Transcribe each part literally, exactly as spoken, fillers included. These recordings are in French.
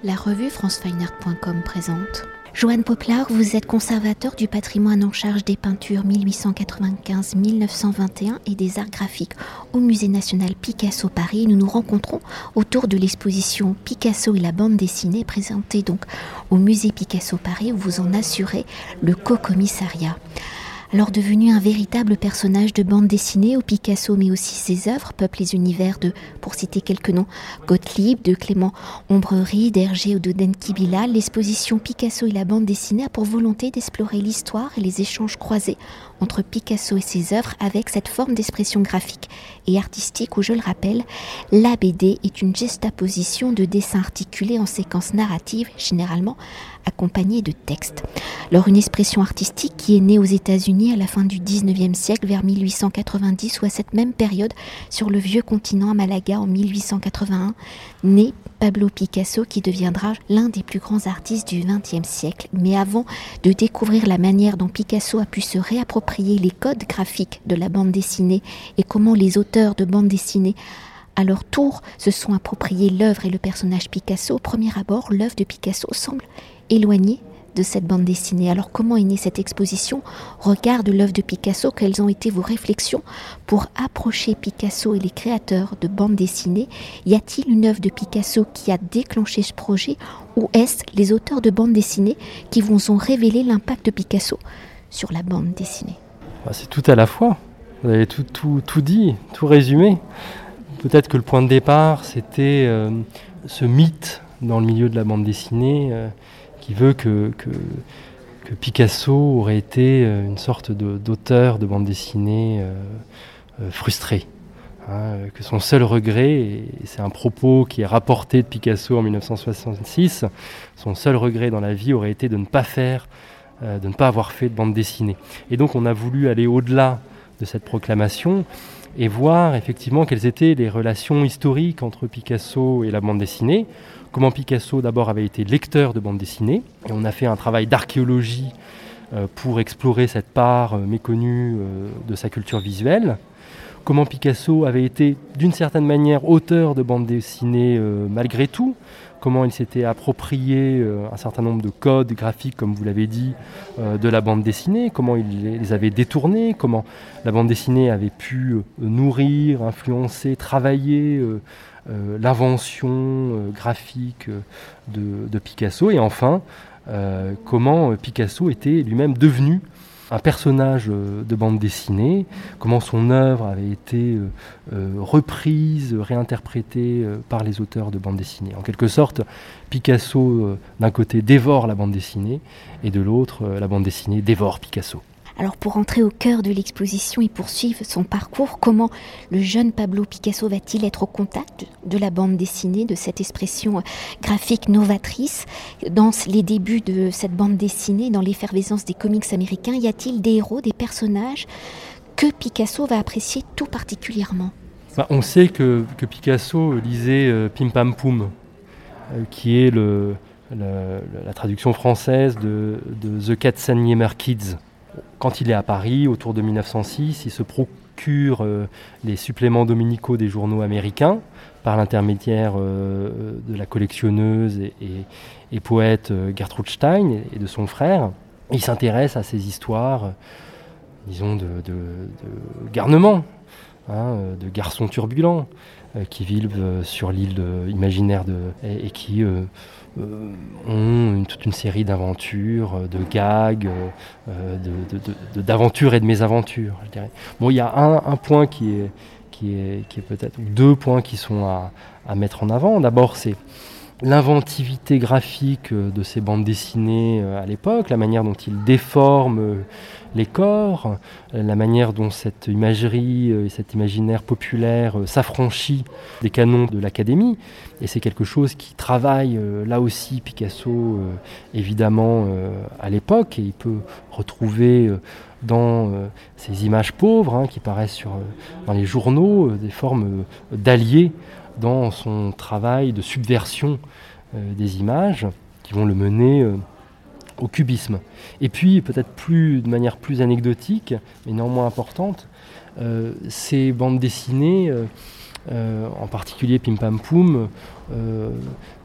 La revue france fine art point com présente. Johan Poplar, vous êtes conservateur du patrimoine en charge des peintures mille huit cent quatre-vingt-quinze à mille neuf cent vingt et un et des arts graphiques au Musée national Picasso Paris. Nous nous rencontrons autour de l'exposition Picasso et la bande dessinée présentée donc au Musée Picasso Paris où vous en assurez le co-commissariat. Alors devenu un véritable personnage de bande dessinée où Picasso mais aussi ses œuvres peuplent les univers de, pour citer quelques noms, Gottlieb, de Clément Ombrery, d'Hergé ou de Denki Bilal, l'exposition Picasso et la bande dessinée a pour volonté d'explorer l'histoire et les échanges croisés entre Picasso et ses œuvres avec cette forme d'expression graphique et artistique où, je le rappelle, la B D est une juxtaposition de dessins articulés en séquences narratives, généralement accompagnée de textes. Alors une expression artistique qui est née aux États-Unis à la fin du dix-neuvième siècle, vers mille huit cent quatre-vingt-dix, ou à cette même période sur le vieux continent à Malaga en mille huit cent quatre-vingt-un, naît Pablo Picasso qui deviendra l'un des plus grands artistes du vingtième siècle. Mais avant de découvrir la manière dont Picasso a pu se réapproprier les codes graphiques de la bande dessinée et comment les auteurs de bande dessinée à leur tour se sont appropriés l'œuvre et le personnage Picasso, au premier abord, l'œuvre de Picasso semble éloignée de cette bande dessinée. Alors comment est née cette exposition? Regarde l'œuvre de Picasso, quelles ont été vos réflexions pour approcher Picasso et les créateurs de bande dessinée? Y a-t-il une œuvre de Picasso qui a déclenché ce projet ou est-ce les auteurs de bande dessinée qui vous ont révélé l'impact de Picasso sur la bande dessinée? C'est tout à la fois, vous avez tout, tout, tout dit, tout résumé. Peut-être que le point de départ c'était euh, ce mythe dans le milieu de la bande dessinée euh, qui veut que, que, que Picasso aurait été une sorte de, d'auteur de bande dessinée euh, euh, frustré. Hein, que son seul regret, et c'est un propos qui est rapporté de Picasso en dix-neuf cent soixante-six, son seul regret dans la vie aurait été de ne pas faire, euh, de ne pas avoir fait de bande dessinée. Et donc on a voulu aller au-delà de cette proclamation et voir effectivement quelles étaient les relations historiques entre Picasso et la bande dessinée, comment Picasso d'abord avait été lecteur de bande dessinée, et on a fait un travail d'archéologie euh, pour explorer cette part euh, méconnue euh, de sa culture visuelle, comment Picasso avait été d'une certaine manière auteur de bande dessinée euh, malgré tout, comment il s'était approprié euh, un certain nombre de codes graphiques, comme vous l'avez dit, euh, de la bande dessinée, comment il les avait détournés, comment la bande dessinée avait pu euh, nourrir, influencer, travailler euh, euh, l'invention euh, graphique euh, de, de Picasso, et enfin, euh, comment Picasso était lui-même devenu un personnage de bande dessinée, comment son œuvre avait été euh, reprise, réinterprétée euh, par les auteurs de bande dessinée. En quelque sorte, Picasso, euh, d'un côté, dévore la bande dessinée, et de l'autre, euh, la bande dessinée dévore Picasso. Alors pour entrer au cœur de l'exposition et poursuivre son parcours, comment le jeune Pablo Picasso va-t-il être au contact de la bande dessinée, de cette expression graphique novatrice? Dans les débuts de cette bande dessinée, dans l'effervescence des comics américains, y a-t-il des héros, des personnages que Picasso va apprécier tout particulièrement? Bah, on sait que, que Picasso lisait euh, Pim Pam Poum, euh, qui est le, le, la traduction française de, de The Katzenjammer Kids. Quand il est à Paris, autour de dix-neuf cent six, il se procure euh, les suppléments dominicaux des journaux américains par l'intermédiaire euh, de la collectionneuse et, et, et poète euh, Gertrude Stein et de son frère. Il s'intéresse à ces histoires, euh, disons, de, de, de garnement, hein, de garçons turbulents euh, qui vivent euh, sur l'île de, imaginaire de, et, et qui... Euh, Euh, ont une, toute une série d'aventures, euh, de gags, euh, de, de, de, d'aventures et de mésaventures, je dirais. Bon, il y a un, un point qui est, qui est, qui est peut-être, ou deux points qui sont à, à mettre en avant. D'abord, c'est l'inventivité graphique de ces bandes dessinées à l'époque, la manière dont ils déforment les corps, la manière dont cette imagerie et cet imaginaire populaire s'affranchit des canons de l'académie. Et c'est quelque chose qui travaille là aussi Picasso évidemment à l'époque, et il peut retrouver dans ces images pauvres hein, qui paraissent sur, dans les journaux des formes d'alliés dans son travail de subversion euh, des images qui vont le mener euh, au cubisme. Et puis, peut-être plus, de manière plus anecdotique, mais néanmoins importante, euh, ces bandes dessinées, euh, euh, en particulier Pim Pam Poum, euh,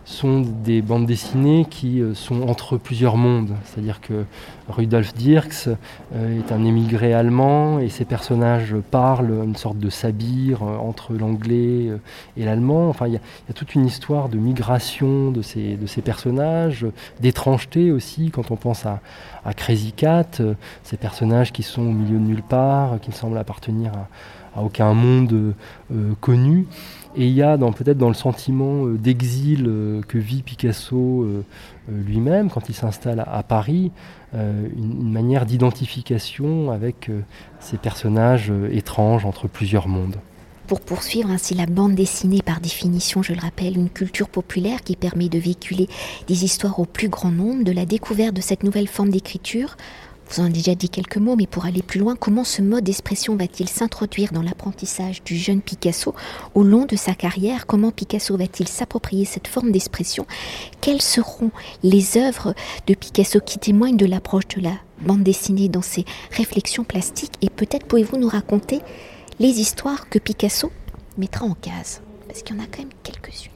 sont des bandes dessinées qui euh, sont entre plusieurs mondes. C'est-à-dire que Rudolf Dirks euh, est un émigré allemand et ses personnages parlent une sorte de sabir euh, entre l'anglais euh, et l'allemand. Enfin, il y, y a toute une histoire de migration de ces, de ces personnages, d'étrangeté aussi, quand on pense à, à Crazy Cat, euh, ces personnages qui sont au milieu de nulle part, qui ne semblent appartenir à, à aucun monde euh, connu. Et il y a dans, peut-être dans le sentiment euh, d'exil euh, que vit Picasso euh, euh, lui-même quand il s'installe à, à Paris, euh, une, une manière d'identification avec euh, ces personnages euh, étranges entre plusieurs mondes. Pour poursuivre ainsi la bande dessinée, par définition, je le rappelle, une culture populaire qui permet de véhiculer des histoires au plus grand nombre, de la découverte de cette nouvelle forme d'écriture. Vous en avez déjà dit quelques mots, mais pour aller plus loin, comment ce mode d'expression va-t-il s'introduire dans l'apprentissage du jeune Picasso au long de sa carrière? Comment Picasso va-t-il s'approprier cette forme d'expression? Quelles seront les œuvres de Picasso qui témoignent de l'approche de la bande dessinée dans ses réflexions plastiques? Et peut-être pouvez-vous nous raconter les histoires que Picasso mettra en case? Parce qu'il y en a quand même quelques-unes.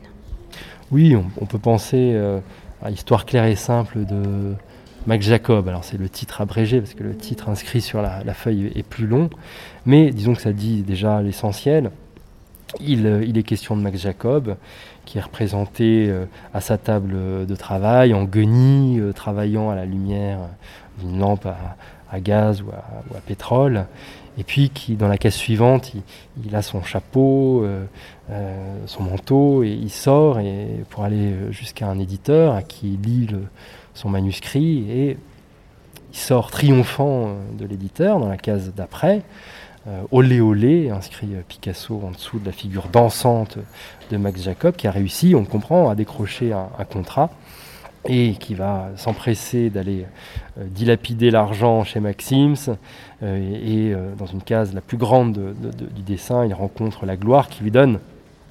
Oui, on, on peut penser euh, à Histoire claire et simple de Max Jacob. Alors c'est le titre abrégé parce que le titre inscrit sur la, la feuille est plus long, mais disons que ça dit déjà l'essentiel. Il, il est question de Max Jacob qui est représenté euh, à sa table de travail en guenille, euh, travaillant à la lumière d'une lampe à, à gaz ou à, ou à pétrole, et puis qui dans la case suivante il, il a son chapeau, euh, euh, son manteau, et il sort et, pour aller jusqu'à un éditeur à qui il lit le son manuscrit, et il sort triomphant de l'éditeur dans la case d'après, euh, olé olé, inscrit Picasso en dessous de la figure dansante de Max Jacob, qui a réussi, on le comprend, à décrocher un, un contrat, et qui va s'empresser d'aller euh, dilapider l'argent chez Maxim's, euh, et, et euh, dans une case la plus grande de, de, de, du dessin, il rencontre la gloire qui lui donne,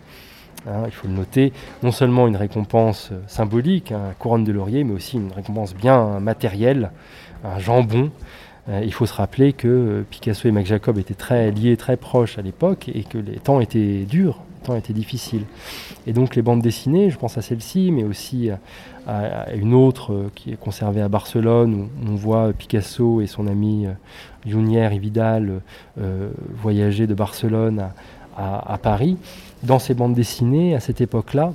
Hein, il faut le noter, non seulement une récompense euh, symbolique, hein, couronne de laurier, mais aussi une récompense bien matérielle, un jambon. Euh, il faut se rappeler que euh, Picasso et Max Jacob étaient très liés, très proches à l'époque, et que les temps étaient durs, les temps étaient difficiles. Et donc les bandes dessinées, je pense à celle-ci, mais aussi à, à une autre euh, qui est conservée à Barcelone, où on voit Picasso et son ami euh, Junière et Vidal euh, voyager de Barcelone à, à, à Paris. Dans ces bandes dessinées, à cette époque-là,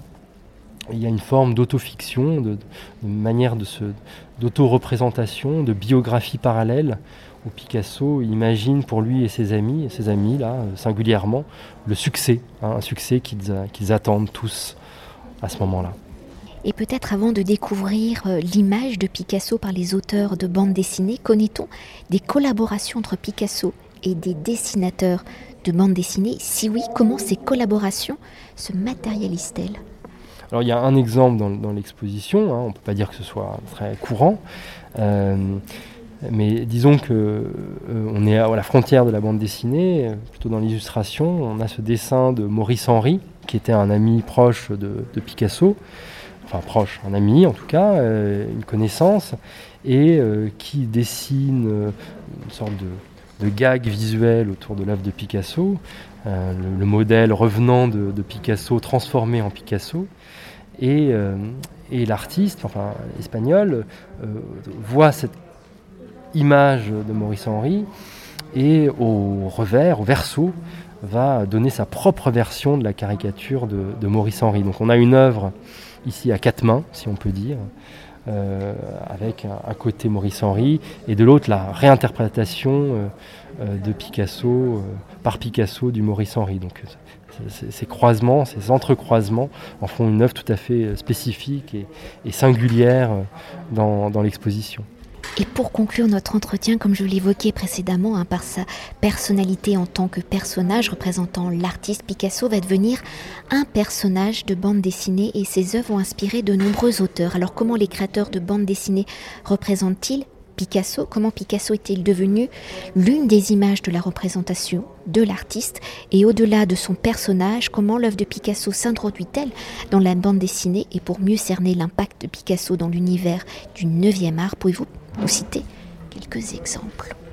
il y a une forme d'autofiction, de, de manière de se, d'auto-représentation, de biographie parallèle, où Picasso imagine pour lui et ses amis, et ses amis là, singulièrement, le succès, hein, un succès qu'ils, qu'ils attendent tous à ce moment-là. Et peut-être avant de découvrir euh, l'image de Picasso par les auteurs de bandes dessinées, connaît-on des collaborations entre Picasso et des dessinateurs de bandes dessinées? Si oui, comment ces collaborations se matérialisent-elles? Alors il y a un exemple dans, dans l'exposition, hein, on ne peut pas dire que ce soit très courant, euh, mais disons qu'on euh, est à la frontière de la bande dessinée, plutôt dans l'illustration. On a ce dessin de Maurice Henry, qui était un ami proche de, de Picasso, enfin proche, un ami en tout cas, euh, une connaissance, et euh, qui dessine euh, une sorte de de gags visuels autour de l'œuvre de Picasso, euh, le, le modèle revenant de, de Picasso transformé en Picasso, et, euh, et l'artiste, enfin espagnol, euh, voit cette image de Maurice Henry et au revers, au verso, va donner sa propre version de la caricature de, de Maurice Henry. Donc on a une œuvre ici à quatre mains, si on peut dire, Euh, avec un, un côté Maurice Henry et de l'autre la réinterprétation euh, euh, de Picasso euh, par Picasso du Maurice Henry. Donc c- ces croisements, ces entrecroisements en font une œuvre tout à fait spécifique et, et singulière dans, dans l'exposition. Et pour conclure notre entretien, comme je l'évoquais précédemment, hein, par sa personnalité en tant que personnage représentant l'artiste, Picasso va devenir un personnage de bande dessinée et ses œuvres ont inspiré de nombreux auteurs. Alors comment les créateurs de bande dessinée représentent-ils Picasso? Comment Picasso est-il devenu l'une des images de la représentation de l'artiste? Et au-delà de son personnage, comment l'œuvre de Picasso s'introduit-elle dans la bande dessinée? Et pour mieux cerner l'impact de Picasso dans l'univers du neuvième art, pouvez-vous nous citer quelques exemples?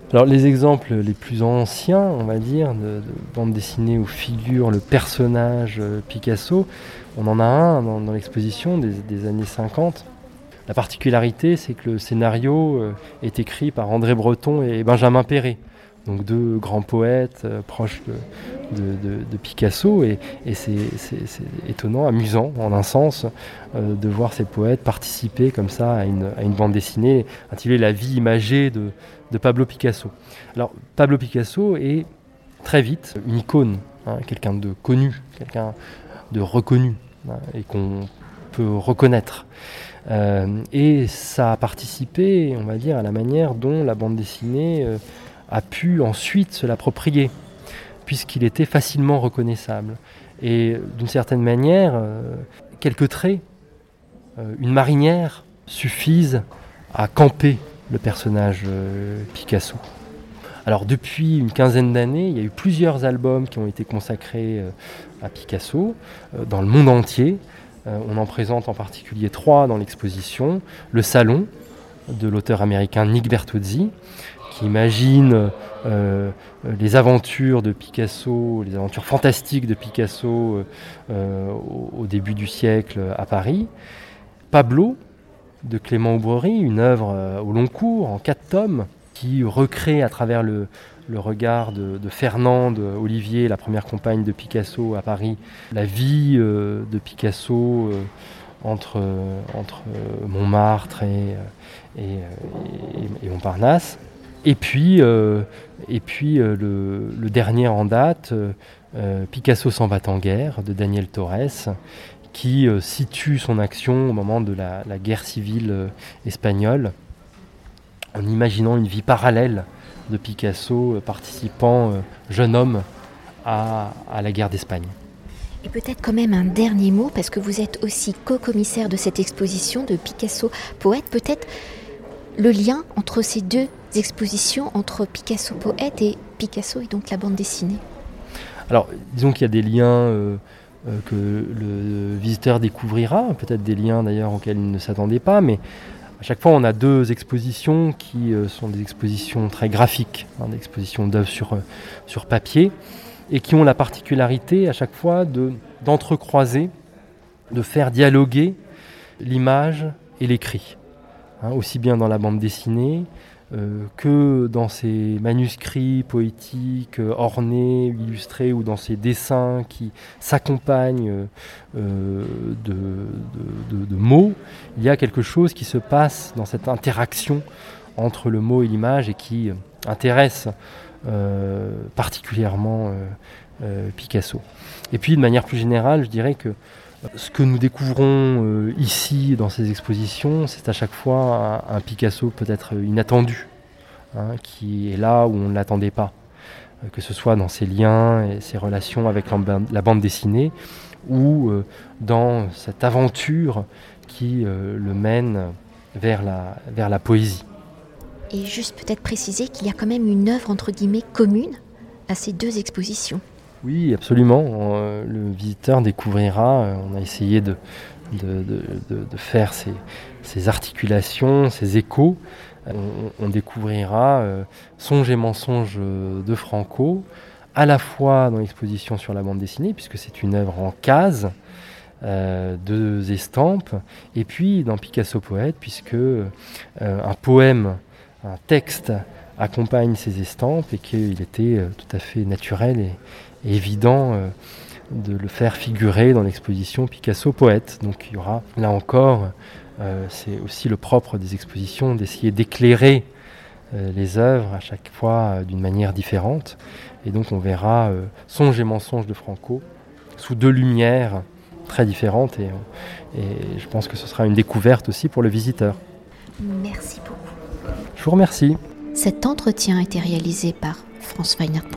Alors les exemples les plus anciens, on va dire, de, de bande dessinée où figure le personnage euh, Picasso, on en a un dans, dans l'exposition des, des années cinquante. La particularité, c'est que le scénario euh, est écrit par André Breton et Benjamin Perret, donc deux grands poètes euh, proches de, de, de, de Picasso, et, et c'est, c'est, c'est étonnant, amusant en un sens, euh, de voir ces poètes participer comme ça à une, à une bande dessinée intitulée La vie imagée de, de Pablo Picasso. Alors Pablo Picasso est très vite une icône, hein, quelqu'un de connu, quelqu'un de reconnu, hein, et qu'on peut reconnaître. Euh, et ça a participé, on va dire, à la manière dont la bande dessinée euh, a pu ensuite se l'approprier, puisqu'il était facilement reconnaissable. Et d'une certaine manière, euh, quelques traits, euh, une marinière, suffisent à camper le personnage euh, Picasso. Alors depuis une quinzaine d'années, il y a eu plusieurs albums qui ont été consacrés euh, à Picasso euh, dans le monde entier. Euh, on en présente en particulier trois dans l'exposition. Le Salon de l'auteur américain Nick Bertozzi, qui imagine euh, les aventures de Picasso, les aventures fantastiques de Picasso euh, au, au début du siècle à Paris. Pablo de Clément Aubrerie, une œuvre euh, au long cours, en quatre tomes, qui recrée à travers le, le regard de, de Fernande Olivier, la première compagne de Picasso à Paris, la vie euh, de Picasso euh, entre, euh, entre euh, Montmartre et, et, et, et Montparnasse. Et puis, euh, et puis euh, le, le dernier en date, euh, Picasso s'en va en guerre, de Daniel Torres, qui euh, situe son action au moment de la, la guerre civile euh, espagnole, en imaginant une vie parallèle de Picasso euh, participant, euh, jeune homme, à, à la guerre d'Espagne. Et peut-être quand même un dernier mot, parce que vous êtes aussi co-commissaire de cette exposition de Picasso poète. Peut-être le lien entre ces deux expositions, entre Picasso poète et Picasso et donc la bande dessinée. Alors, disons qu'il y a des liens euh, euh, que le visiteur découvrira, peut-être des liens d'ailleurs auxquels il ne s'attendait pas, mais à chaque fois on a deux expositions qui euh, sont des expositions très graphiques, hein, des expositions d'œuvres sur, euh, sur papier, et qui ont la particularité à chaque fois de, d'entrecroiser, de faire dialoguer l'image et l'écrit. Hein, aussi bien dans la bande dessinée euh, que dans ces manuscrits poétiques euh, ornés, illustrés, ou dans ces dessins qui s'accompagnent euh, de, de, de, de mots. Il y a quelque chose qui se passe dans cette interaction entre le mot et l'image et qui intéresse euh, particulièrement euh, euh, Picasso. Et puis de manière plus générale, je dirais que ce que nous découvrons euh, ici dans ces expositions, c'est à chaque fois un, un Picasso peut-être inattendu, hein, qui est là où on ne l'attendait pas, euh, que ce soit dans ses liens et ses relations avec la, la bande dessinée, ou euh, dans cette aventure qui euh, le mène vers la, vers la poésie. Et juste peut-être préciser qu'il y a quand même une œuvre entre guillemets commune à ces deux expositions. Oui, absolument. Euh, le visiteur découvrira, euh, on a essayé de, de, de, de, de faire ces, ces articulations, ces échos. Euh, on, on découvrira euh, Songes et mensonges de Franco, à la fois dans l'exposition sur la bande dessinée, puisque c'est une œuvre en case, euh, deux estampes, et puis dans Picasso poète, puisque euh, un poème, un texte accompagne ces estampes, et qu'il était euh, tout à fait naturel et évident euh, de le faire figurer dans l'exposition Picasso poète. Donc il y aura là encore, euh, c'est aussi le propre des expositions, d'essayer d'éclairer euh, les œuvres à chaque fois euh, d'une manière différente. Et donc on verra euh, Songes et mensonges de Franco sous deux lumières très différentes, et, et je pense que ce sera une découverte aussi pour le visiteur. Merci beaucoup. Je vous remercie. Cet entretien a été réalisé par France Weiner.